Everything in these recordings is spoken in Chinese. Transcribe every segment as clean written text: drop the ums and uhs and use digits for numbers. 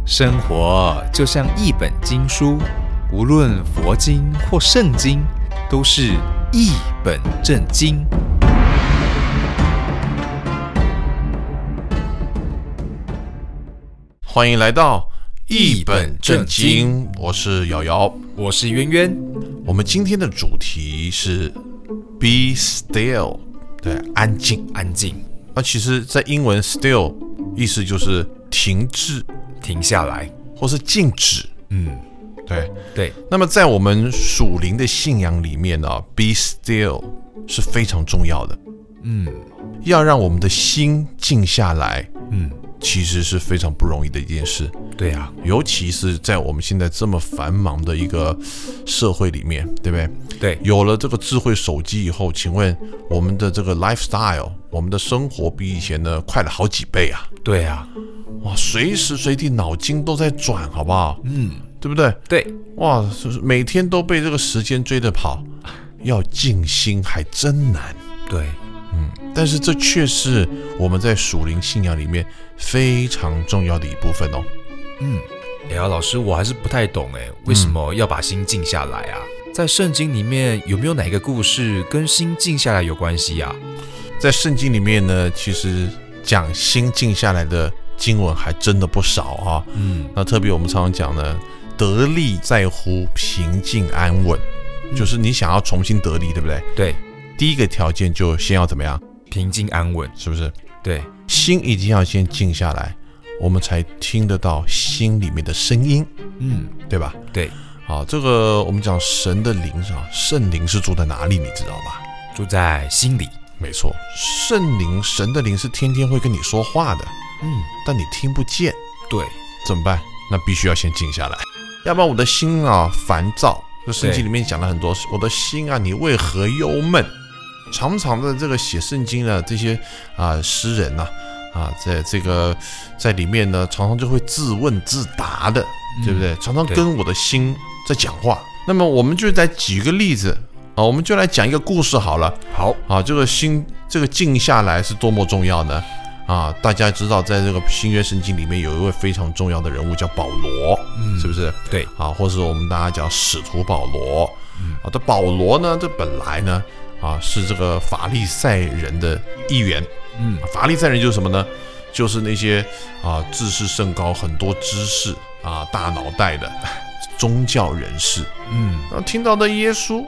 生活就像一本经书，无论佛经或圣经，都是一本正经。 欢迎来到一本正经，我是瑶瑶， 我是渊渊。 我们今天的主题是 Be still， 对，安静， 安静。 那其实，在英文 still 意思就是停滞、 停下来， 或是静止。对。那么在我们属灵的信仰里面呢，Be still 是非常重要的。要让我们的心静下来。其实是非常不容易的一件事。 对啊， 尤其是在我们现在这么繁忙的一个社会里面，对不对？ 对， 有了这个智慧手机以后，请问我们的这个 lifestyle， 我们的生活比以前呢快了好几倍啊！ 对啊， 哇，随时随地脑筋都在转，好不好？对不对？ 对， 哇，每天都被这个时间追着跑，要静心还真难。 对。 但是这却是我们在属灵信仰里面非常重要的一部分哦。 老师，我还是不太懂为什么要把心静下来啊？在圣经里面有没有哪个故事跟心静下来有关系啊？ 在圣经里面呢，其实讲心静下来的经文还真的不少啊。那特别我们常常讲呢，得力在乎平静安稳，就是你想要重新得力，对不对？ 对。 第一个条件就先要怎么样？ 平静安稳， 是不是？ 对， 心一定要先静下来，我们才听得到心里面的声音，对吧？ 对， 好，这个我们讲神的灵圣灵是住在哪里？你知道吧？ 住在心里。 没错，圣灵，神的灵是天天会跟你说话的，但你听不见， 对， 怎么办？那必须要先静下来，要不然我的心烦躁。这圣经里面讲了很多，我的心你为何忧闷？常常的这个写圣经的这些诗人在里面呢，常常就会自问自答的，对不对？常常跟我的心在讲话。那么我们就来举个例子我们就来讲一个故事好了。好这个心这个静下来是多么重要呢？大家知道，在这个新约圣经里面有一位非常重要的人物叫保罗，是不是？ 对， 或是我们大家讲使徒保罗。这保罗呢，这本来呢，是这个法利赛人的一员。法利赛人就是什么呢？就是那些知识甚高、很多知识大脑袋的宗教人士。听到的耶稣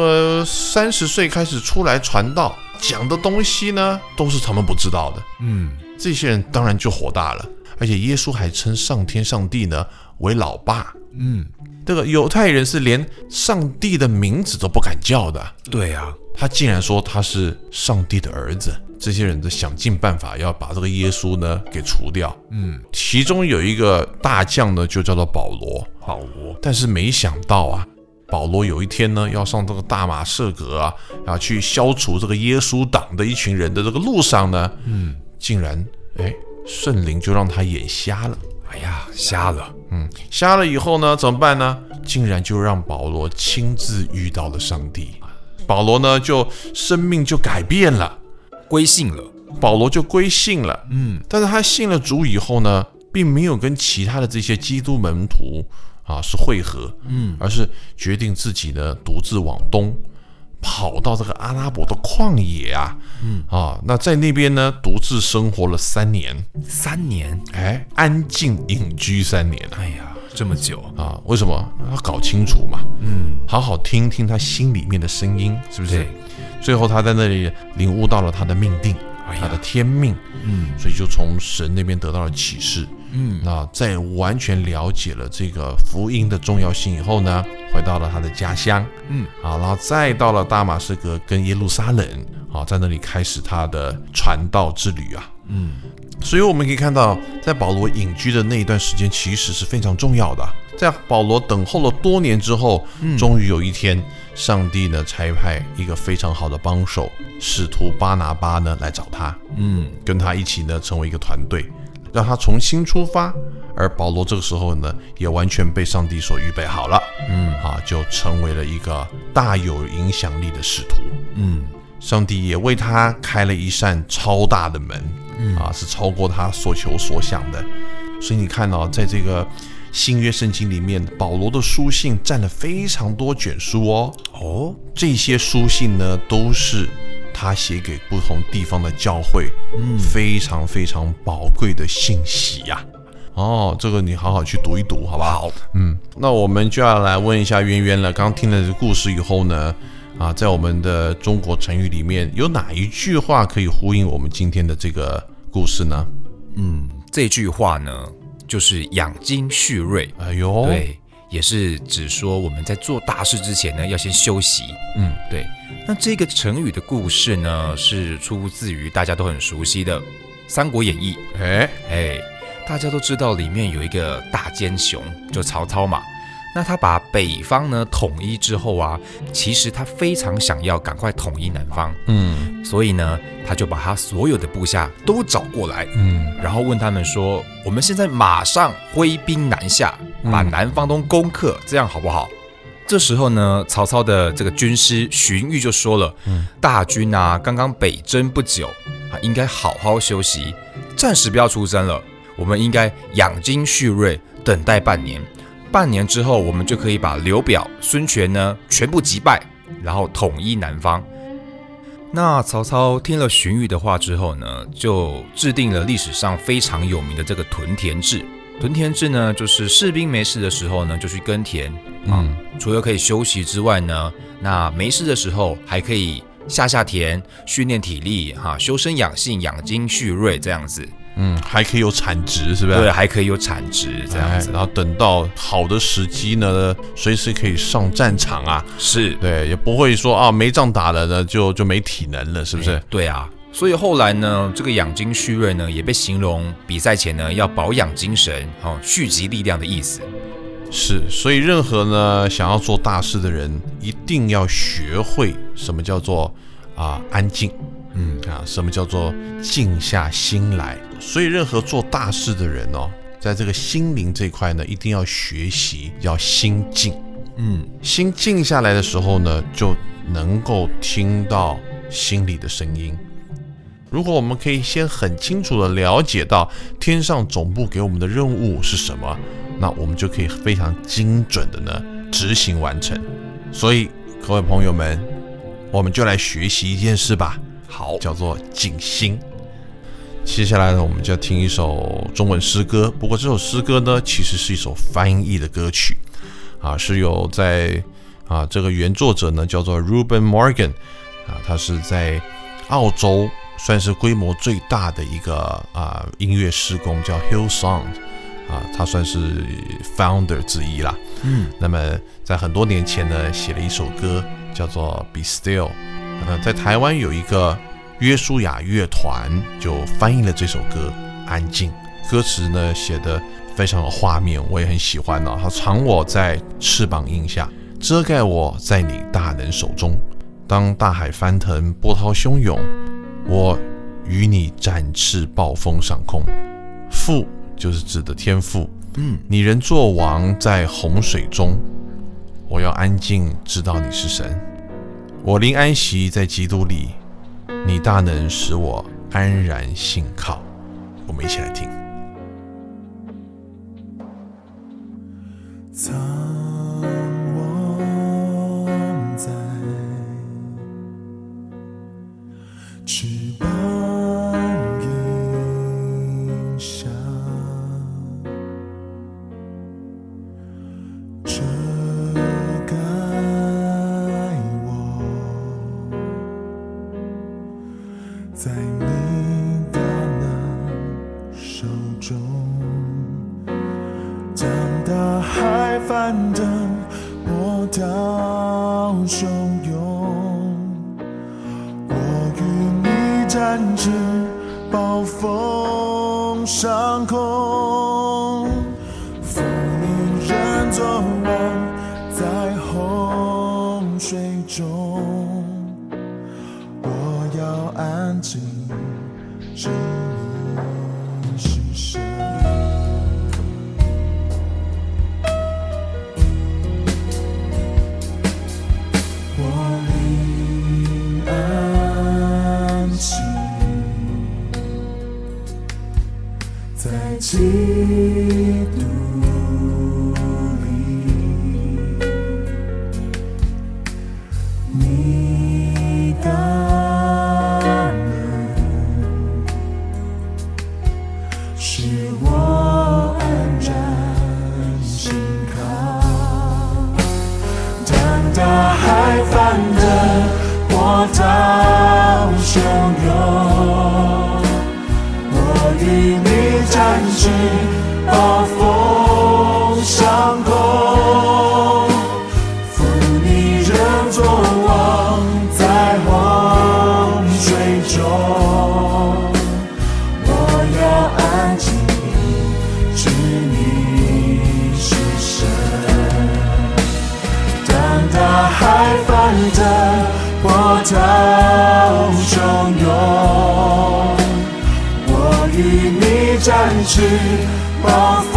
，30岁开始出来传道，讲的东西呢，都是他们不知道的。这些人当然就火大了，而且耶稣还称上天上帝呢为老爸。这个犹太人是连上帝的名字都不敢叫的。对啊，他竟然说他是上帝的儿子。这些人就想尽办法要把这个耶稣呢给除掉。其中有一个大将呢，就叫做保罗。但是没想到保罗有一天呢，要上这个大马士革去消除这个耶稣党的一群人的这个路上呢，竟然圣灵就让他眼瞎了。瞎了。瞎了以后呢，怎么办呢？竟然就让保罗亲自遇到了上帝。保罗呢，就生命就改变了， 归信了。 保罗就归信了。但是他信了主以后呢，并没有跟其他的这些基督门徒是会合，而是决定自己呢独自往东，跑到这个阿拉伯的旷野那在那边呢独自生活了3年。 3年？ 安静隐居3年。 这么久为什么？要搞清楚嘛。好好听听他心里面的声音，是不是？最后他在那里领悟到了他的命定，他的天命。所以就从神那边得到了启示。那在完全了解了这个福音的重要性以后呢，回到了他的家乡。然后再到了大马士革跟耶路撒冷，在那里开始他的传道之旅。所以我们可以看到，在保罗隐居的那一段时间其实是非常重要的。在保罗等候了多年之后，终于有一天，上帝呢差派一个非常好的帮手使徒巴拿巴呢来找他，跟他一起呢成为一个团队，让他重新出发。而保罗这个时候呢，也完全被上帝所预备好了，就成为了一个大有影响力的使徒。上帝也为他开了一扇超大的门，是超过他所求所想的。 所以你看哦，在这个新约圣经里面，保罗的书信占了非常多卷书哦。这些书信呢，都是他写给不同地方的教会，非常非常宝贵的信息呀。这个你好好去读一读，好不好？那我们就要来问一下渊渊了。刚刚听了这个故事以后呢，在我们的中国成语里面，有哪一句话可以呼应我们今天的这个故事呢？ 这句话呢，就是养精蓄锐。 哎呦， 对，也是指说我们在做大事之前呢，要先休息。对。那这个成语的故事呢，是出自于大家都很熟悉的《三国演义》。大家都知道里面有一个大奸雄，就曹操嘛。那他把北方呢统一之后啊，其实他非常想要赶快统一南方。所以呢，他就把他所有的部下都找过来，然后问他们说：“我们现在马上挥兵南下，把南方都攻克，这样好不好？”这时候呢，曹操的这个军师荀彧就说了：“大军啊，刚刚北征不久应该好好休息，暂时不要出征了。我们应该养精蓄锐，等待半年。半年之后，我们就可以把刘表、孙权呢全部击败，然后统一南方。”那曹操听了荀彧的话之后呢，就制定了历史上非常有名的这个屯田制。屯田制呢，就是士兵没事的时候呢，就去耕田除了可以休息之外呢，那没事的时候还可以下田，训练体力修身养性，养精蓄锐这样子。 还可以有产值，是不是？ 对，还可以有产值这样子。 然后等到好的时机呢，随时可以上战场啊。 是， 对，也不会说没仗打了呢，就没体能了，是不是？ 对啊。所以后来呢，这个养精蓄锐呢，也被形容比赛前呢要保养精神，蓄积力量的意思。 是，所以任何呢想要做大事的人，一定要学会什么叫做安静。什么叫做静下心来？所以任何做大事的人在这个心灵这块呢，一定要学习要心静。心静下来的时候呢，就能够听到心里的声音。如果我们可以先很清楚的了解到天上总部给我们的任务是什么，那我们就可以非常精准的呢执行完成。所以各位朋友们，我们就来学习一件事吧。好，叫做静心。接下来呢，我们就要听一首中文诗歌。不过这首诗歌呢，其实是一首翻译的歌曲是有在这个原作者呢叫做 Ruben Morgan 他是在澳洲算是规模最大的一个音乐事工，叫 Hillsong他算是 founder 之一啦。那么在很多年前呢，写了一首歌叫做 Be Still。在台湾有一个约书亚乐团就翻译了这首歌《安静》，歌词呢写得非常有画面，我也很喜欢它藏我在翅膀荫下，遮盖我在你大能手中。当大海翻腾，波涛汹涌，我与你展翅暴风上空。父就是指的天父，你人作王在洪水中，我要安静，知道你是神。我灵安息在基督里，你大能使我安然信靠。我们一起来听。 藏我在翅膀荫下，遮盖我在你大能手中。当大海翻腾，波涛汹涌，我与你展翅暴风上空。父你人作王在洪水中，我要安静，知你是神。在基暴风上空，负你人作王在洪水中，我要安静，知你是神。当大海翻腾，波涛汹涌，我与你展翅，暴